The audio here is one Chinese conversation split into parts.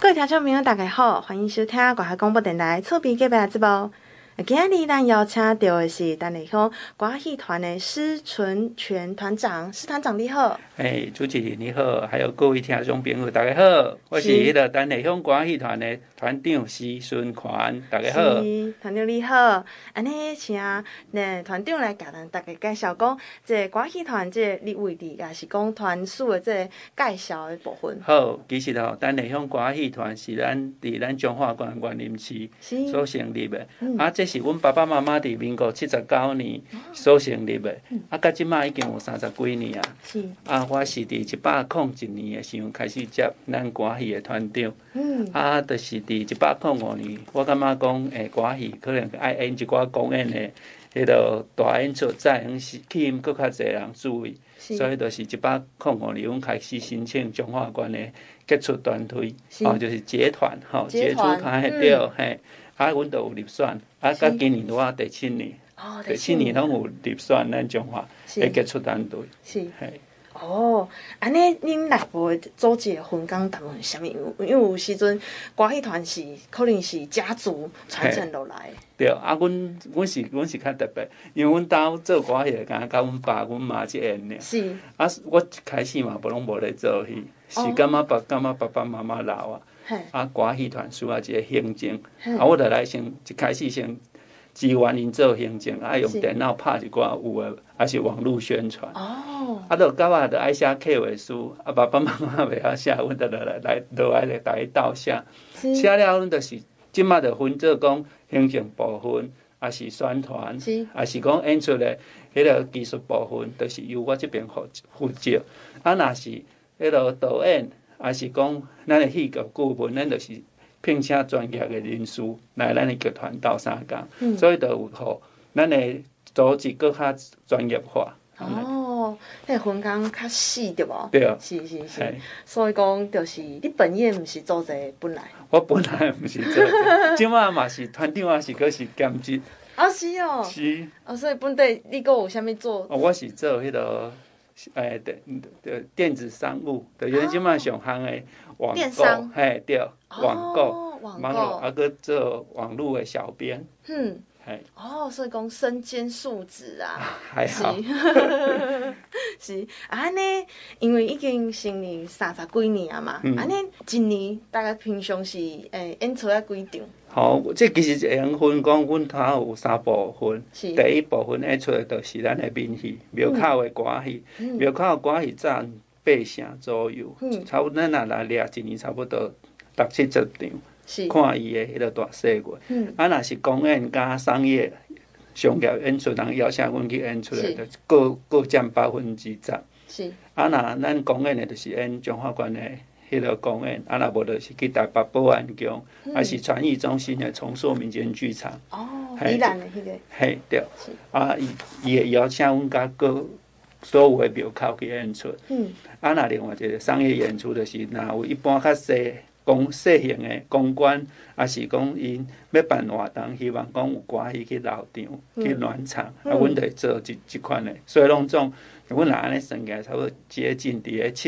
位听众朋友，大家好，欢迎收听国家广播电台厝边隔壁的节目。今日咱邀请到的是咱内乡歌戏团的施纯全团长，施团长你好。 主持人你好，还有各位听众朋友大家好，我是迄个咱内乡歌戏团的团长施纯全，大家好。 是团长你好，安尼请咱团长来甲咱大家介绍讲，这歌戏团这你位置也是讲团属的这介绍的部分。 好，其实咱内乡歌戏团是伫咱彰化县园林市所成立的，这是阮爸爸妈妈伫民国79年所成立的，到即马已经有30几年啊。是。我是伫101年的时候开始接咱歌戏的团长，就是伫105年，我感觉讲歌戏可能爱演一寡公演的迄个大演出，再能吸引搁较侪人注意，所以就是105年，阮开始申请彰化县的杰出团队，就是结团，杰出团对，阮就有入选，到今年我第7年，第7年拢有入选咱彰化的杰出团队，是。 安尼恁内部组织的分工大部分是啥物？因为有时阵歌戏团是可能是家族传承落来。 对，阮是较特别，因为阮兜做歌戏，敢甲阮爸、阮妈一演尔。是。我一开始嘛，无咧做戏，是感觉爸爸妈妈老啊，歌戏团需要一个行政，我就来一开始先支援因做行政，用电脑拍一寡有诶，还是网络宣传。就到尾就爱写客话书，爸爸妈妈袂晓写，阮就落来大家斗写。写了，阮就是即马就分做讲行政部分，还是宣传，还是讲演出的迄个技术部分，就是由我这边负责。若是迄个导演，还是讲咱的戏剧顾问，咱就是聘请专业的人士来咱的剧团斗相共，所以就有互咱的组织搁较专业化。 迄分工较细对无？ 对， 是。所以讲，就是你本业毋是做这本来。 我本来毋是做这，即马嘛是团长，也是搁是兼职。 是哦。 是。 所以本地你搁有啥物做？ 我是做迄个电子商务，就是即马上行的网购，对，网购，网络搁做网络的小编。 所以讲身兼数职啊， 还好。 是安尼，因为已经成立30几年啊嘛，安尼一年大概平常是演出啊几场？ 这其实会用分讲，阮头有3部分。第一部分演出的就是咱的民戏，庙口的歌戏，庙口的歌戏占8成左右，差不多咱来掠一年差不多60-70场。看伊的迄个大细月，若是公演加商业商业演出，人邀请阮去演出的，就各占10%。是。若咱公演的，就是演彰化县的迄个公演，若无就是去台北保安宫，还是传艺中心的重塑民间剧场。 宜兰的迄个。 对。伊会邀请阮甲各所有的庙口去演出。若另外一个商业演出，就是若有一般较小型的公关，也是讲因要办活动，希望讲有歌戏去留场、去暖场，阮就会做即款的。所以拢总，阮若安尼算起来，差不多接近伫个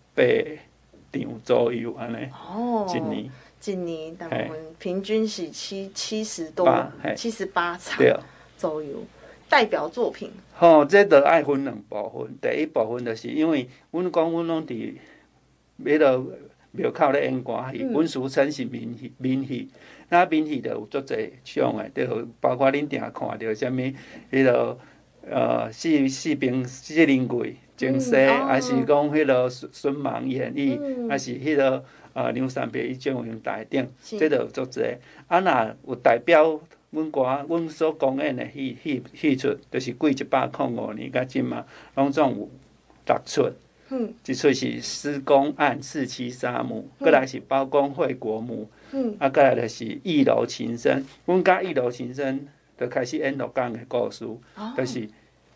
78场左右安尼。 一年大部分平均是70多、78场左右。代表作品。 这就爱分2部分。第一部分就是因为阮拢伫迄个庙口咧演歌戏，阮俗称是民戏。那民戏就有足侪种的，就包括恁定看到啥物迄个四灵柜、情西，还是讲迄个孙芒演绎，还是迄个梁山伯与祝英台顶，这就有足侪。若有代表阮所公演的戏出，就是过105年到即嘛，拢总有6出。一出是施公案4妻3母，再来是包公会国母，再来就是义楼情深。阮甲义楼情深就开始演鹿港的故事，就是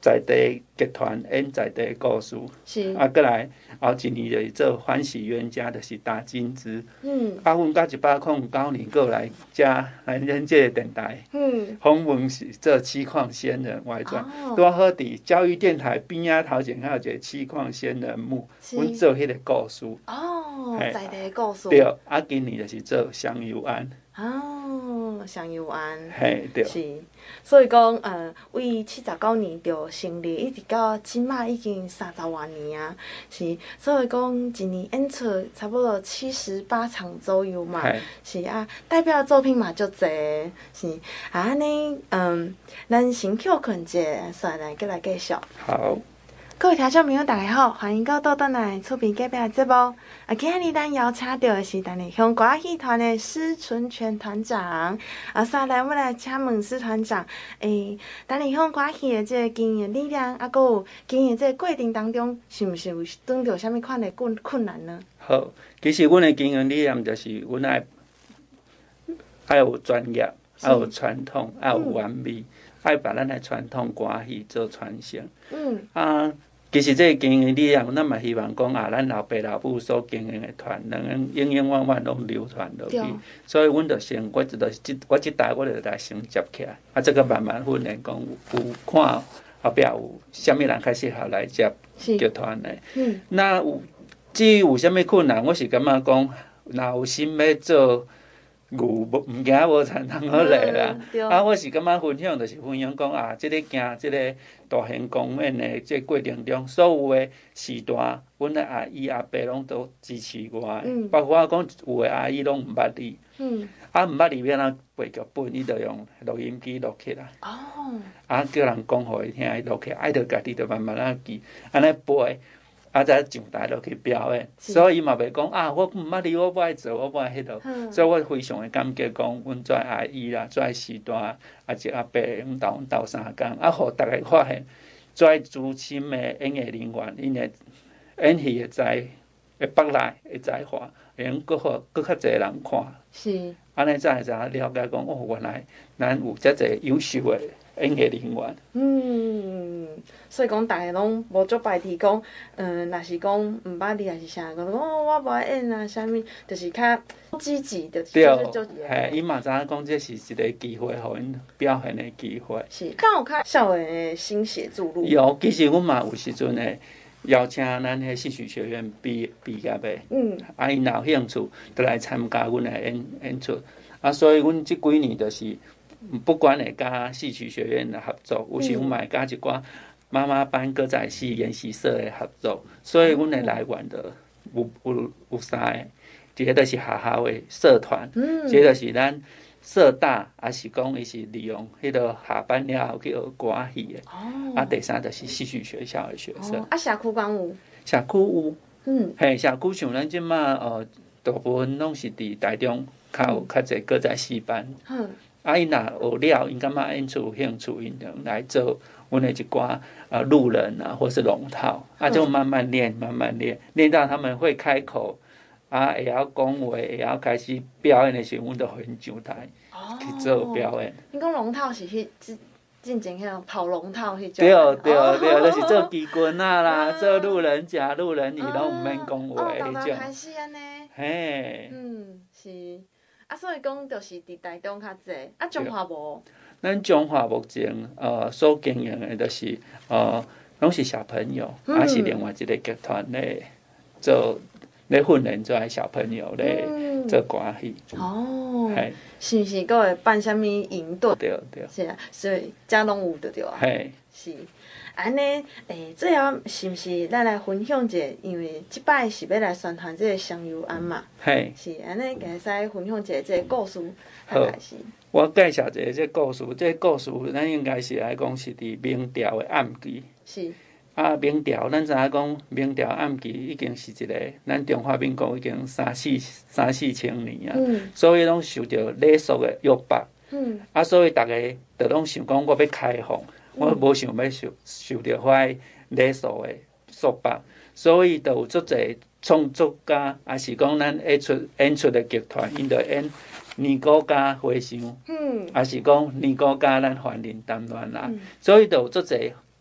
在地剧团演在地故事， 是啊，过来后一年就是做欢喜冤家，就是打金枝。啊，阮到109年过来来咱这个电台，访问是做七矿仙人外传，拄好伫教育电台边仔头前还有一个七矿仙人墓，阮做迄个故事。 在地故事。 对，啊，今年就是做香油庵。 香油庵。 嘿，对。 是，所以讲，为79年就成立，一直到即马已经30多年啊。是，所以讲一年演出差不多78场左右嘛。是啊，代表作品嘛足侪。是安尼，咱先休困者，再来过来继续。 好。 各位听众朋友，大家好，欢迎到倒来厝边隔壁的节目。今日咱邀请到的是单立乡歌仔戏团的施纯全团长。再来，我来请问施团长，单立乡歌仔戏的这个经营理念，还有经营这个过程当中，是毋是有遇到什么款的困难呢？ 好，其实阮的经营理念就是，阮爱有专业，爱有传统，爱有完美。爱把咱的传统歌仔戏做传承。其实这个经营理念，咱嘛希望讲咱老爸老母所经营的团，能永永远远拢流传落去。所以，阮就先，我即代我就来先接起来，这个慢慢训练，讲有看后壁有啥物人较适合来接剧团的。那至于有啥物困难，我是感觉讲，若有心要做。牛毋惊无田通好犁啦，我是感觉分享，就是分享讲即个行即个大型公演的即过程中，所有的时段，阮的阿姨阿伯拢都支持我，包括讲有的阿姨拢毋捌字，毋捌字要怎背剧本，伊就用录音机录起来，叫人讲互伊听，伊录起来，伊就家己就慢慢记，安尼背。再上台落去表演，所以伊嘛袂讲我毋捌字，我不爱做，我不爱迄落。所以我非常的感激讲，阮遮阿姨啦，遮时段即阿伯，阮斗3工，互逐个发现，遮资深的演艺人员，因的演戏的会北来的才华，会用搁较侪人看。是。安尼才会知影了解讲，原来咱有遮侪优秀的演艺人员。 所以讲，大家拢无足排斥讲，若是讲毋捌字还是啥，讲我无爱演啊，啥物，就是较积极的，就是做。 伊嘛知影讲，这是一个机会，互因表现的机会。 是，敢有较少年的新血注入？ 有，其实阮嘛有时阵会邀请咱迄戏曲学院毕业的，因若有兴趣，就来参加阮的演出。所以阮即几年就是。不管会甲戏曲学院的合作，有时阮嘛会甲一寡妈妈班歌仔戏研习社的合作，所以阮的来源就有三个，一个就是学校的社团，一个就是咱社大，也是讲伊是利用迄个下班了后去学歌仔戏的。第三就是戏曲学校的学生。 社区敢有？ 社区有，社区像咱即马大部分拢是伫台中较侪歌仔戏班。因若学了，因感觉演出有兴趣，因就来做阮的一寡路人或是龙套，就慢慢练，慢慢练，练到他们会开口，会晓讲话，会晓开始表演的时候，阮就互因上台去做表演。 你讲龙套是进前迄种跑龙套迄种？ 对，就是做机关啦，做路人甲、路人乙拢毋免讲话迄种。 开始安尼。 嘿。 是。所以讲，就是伫台中较济，中华无。 咱中华目前所经营的，就是拢是小朋友，也是另外一个剧团咧训练这些小朋友咧做歌仔戏。 是毋是阁会办啥物营队？ 对。 是啊，所以遮拢有就对啊。是。安尼，最后是毋是咱来分享一下？因为即摆是要来宣传这个香油庵嘛。是安尼，会使分享一下这个故事。 好，我介绍一下这故事。这故事咱应该是来讲是伫明朝的暗记。是。明朝咱知影讲明朝暗记已经是一个咱中华民国已经三四千年啊。所以拢受到礼俗的约束。所以大家就拢想讲，我要开放。我无想要受到遐礼俗的束缚，所以就有足侪创作家，也是讲咱演出的剧团，因就演年糕家花香，也是讲年糕家咱环林谈恋啦，所以就有足侪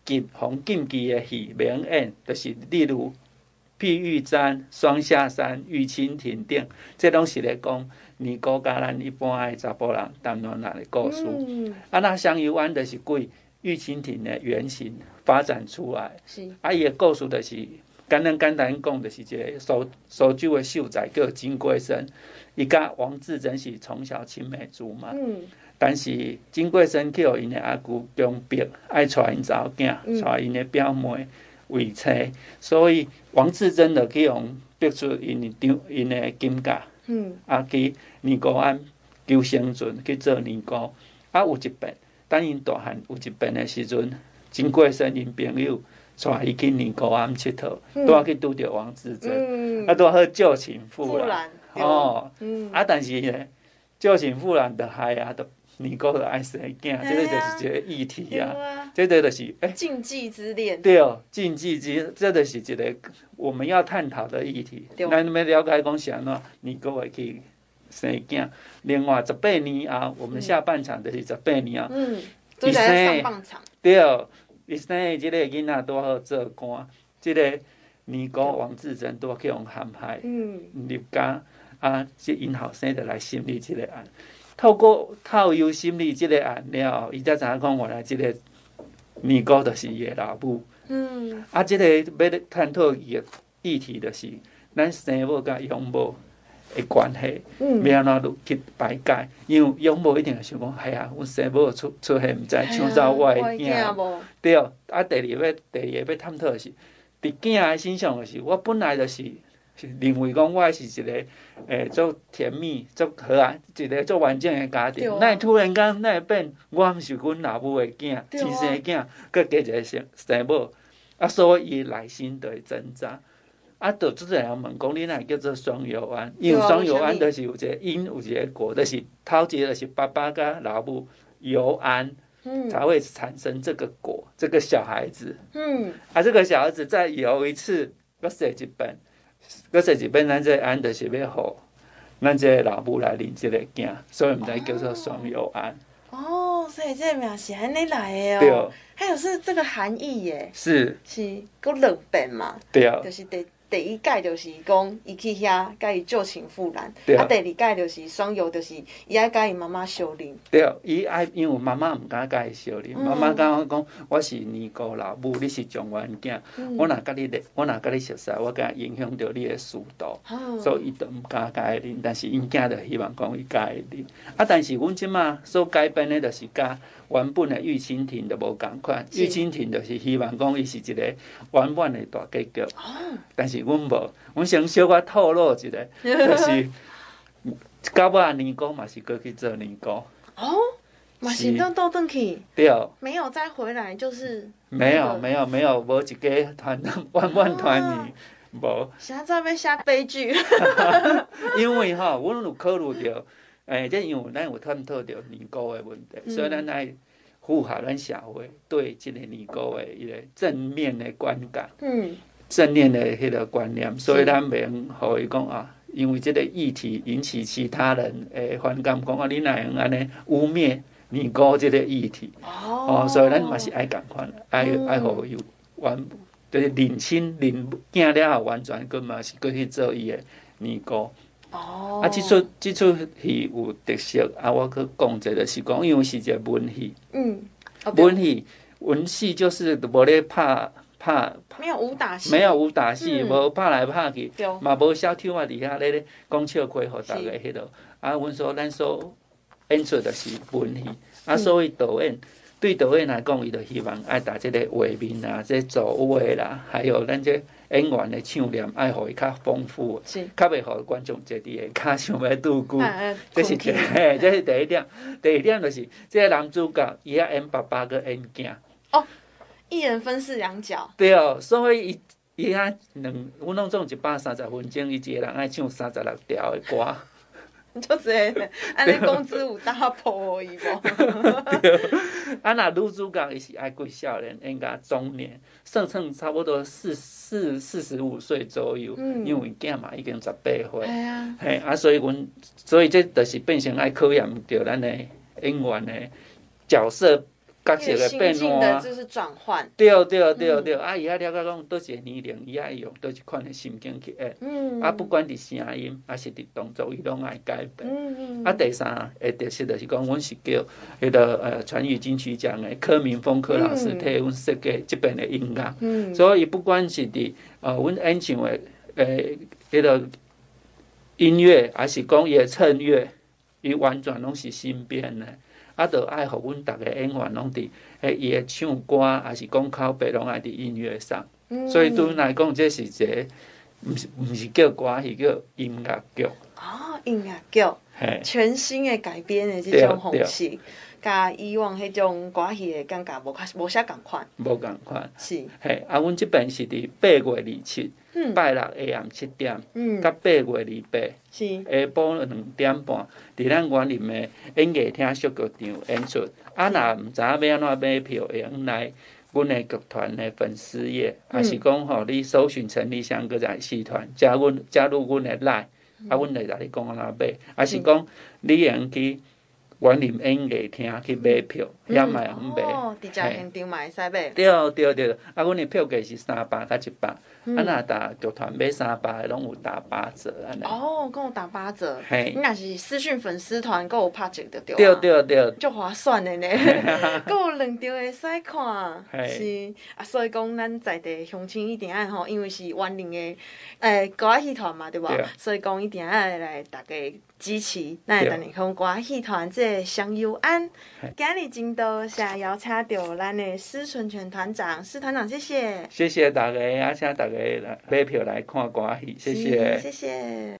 红禁忌的戏名演，就是例如碧玉簪、双下山、玉蜻蜓等，这拢是咧讲尼姑甲咱一般的查甫人谈恋爱的故事。那香油湾就是贵玉蜻蜓的原型发展出来。伊的故事就是简单讲，就是一个苏州的秀才叫金龟生，伊甲王志珍是从小青梅竹马。但是金龟生去互因的阿舅强迫，爱娶因查某囝，娶因的表妹为妻，所以王志珍就去用逼出因的金甲，去尼姑庵求生存，去做尼姑。有一遍，等因大汉有一遍的时阵，金龟生因朋友带伊去尼姑庵佚佗，拄去拄着王志珍，拄好旧情复燃。但是呢，旧情复燃就害就尼姑就爱生囝，这个就是一个议题啊。这个就是禁忌之恋。 对，禁忌之，这就是一个我们要探讨的议题。咱要了解讲是安怎尼姑会去生囝。另外18年后，我们下半场就是18年后。 都在上半场。 对，伊生的这个囡仔拄好做官，这个尼姑王志珍拄去用陷害入监，这因后生就来审理这个案。透过套用心理这个案了后，伊才知影讲原来这个尼姑就是伊的老母。这个要探讨伊的议题，就是咱生母甲养母的关系，要安怎去排解？因为养母一定会想讲，哎呀，阮生母出现，毋知抢走我的囝。对，第二个要探讨的是，伫囝的身上，就是我本来就是认为讲我是一个足甜蜜、足和蔼、一个足完整的家庭，哪会突然间哪会变我毋是阮老母的囝，亲生的囝，佮加一个生母，所以伊内心就会挣扎。就做人问讲，你哪会叫做双游庵？因为双游庵就是有一个因，有一个果，就是头一个就是爸爸甲老母游庵，才会产生这个果，这个小孩子。这个小孩子再游一次，佮生一遍。咱这庵就是要互咱这老母来领这个囝，所以毋知叫做双游庵。 所以这个名是安尼来的对， 还有是这个含义耶。 是， 搁两遍嘛。 对， 就是第一届就是讲伊去遐甲伊旧情复燃，第二届就是双游，就是伊爱甲伊妈妈相认。 对，伊爱因为妈妈毋敢甲伊相认，妈妈讲我是尼姑老母，你是状元囝，我若甲你熟悉，我甲影响到你的仕途，所以伊就毋敢甲伊认。但是因囝就希望讲伊甲伊认。但是阮即马所改编的，就是甲原本的玉蜻蜓就无共款。玉蜻蜓就是希望讲伊是一个圆满的大结局。但是阮无，阮先小可透露一个，就是到尾尼姑嘛是过去做尼姑。 嘛是倒转去。 对。 没有再回来，就是。 没有，无一家团圆团圆，无。 现在要写悲剧。 因为阮有考虑到，这因为咱有探讨到尼姑的问题，所以咱爱符合咱社会对这个尼姑的一个正面的观感。正念的迄个观念，所以咱袂用互伊讲因为这个议题引起其他人的反感，讲你哪用安尼污蔑尼姑这个议题？所以咱嘛是爱共款，爱互伊就是认亲认囝了后，完全佫嘛是佫去做伊的尼姑。这出戏有特色我佫讲者就是讲，因为是一个文戏。文戏就是无咧拍。 没有武打戏， 无拍来拍去，嘛无小丑伫遐咧讲笑话，互大家迄落。咱所演出就是文戏，所以对导演来讲，伊就希望爱打这个画面啊，这造话啦，还有咱这演员的唱念，爱互伊较丰富，较袂互观众坐伫下骹想要拄久。这是第一点。第二点就是这个男主角伊要演爸爸佮演囝。 一人分饰两角。 对，所以伊阮拢总130分钟，伊一个人爱唱36条的歌。 就是安尼工资有打破伊无？ 对，若女主角伊是爱过少年，演甲中年，算差不多45岁左右，因为囝嘛已经18岁。所以这就是变成爱考验着咱的演员的角色角色的变换， 就是转换。 对，啊，伊遐了解讲倒一个年龄，伊爱用倒一款的心境去演。啊，不管伫声音，还是伫动作，伊拢爱改变。啊，第三个特色就是讲，阮是叫迄个传语金曲奖的柯明峰柯老师替阮设计这边的音乐。所以，不管是伫阮演唱的迄个音乐，还是讲伊的衬乐，伊完全拢是新编的。啊，就爱互阮逐个演员拢伫伊的唱歌，还是讲口碑，拢爱伫音乐上。所以对阮来讲，这是一个毋是叫歌戏，叫音乐剧。 哦，音乐剧，全新的改编的这种方式，甲以往迄种歌戏的感觉无啥共款。 无共款。 是。 嘿，啊，阮这边是伫8月27，拜六下暗7点，甲8月28，下晡2点半，伫咱园林的演艺厅小剧场演出。啊，若毋知影要安怎买票，会用来阮的剧团的粉丝页，还是讲吼，你搜寻陈立香歌仔戏团，加入阮的 LINE， 啊，阮会甲你讲安怎买，还是讲你会用去园林演艺厅去买票，遐嘛会用买。 哦，伫遮现场嘛会使买。 对，啊，阮的票价是300甲100，啊，若搭剧团买300的，拢有打8折安尼。 哦，跟有打8折。嘿，你若是私讯粉丝团，佮有拍折就对啊。对， 足划算的呢，佮有2场会使看。是啊，所以讲咱在地乡亲一定爱吼，因为是园林的歌仔戏团嘛，对无？所以讲一定爱来大家支持咱的陈立香歌仔戏团这香油庵。今日真多谢邀请到咱的施纯全团长，施团长谢谢。 谢谢大家，请大家来买票来看歌仔戏，谢谢。 谢谢。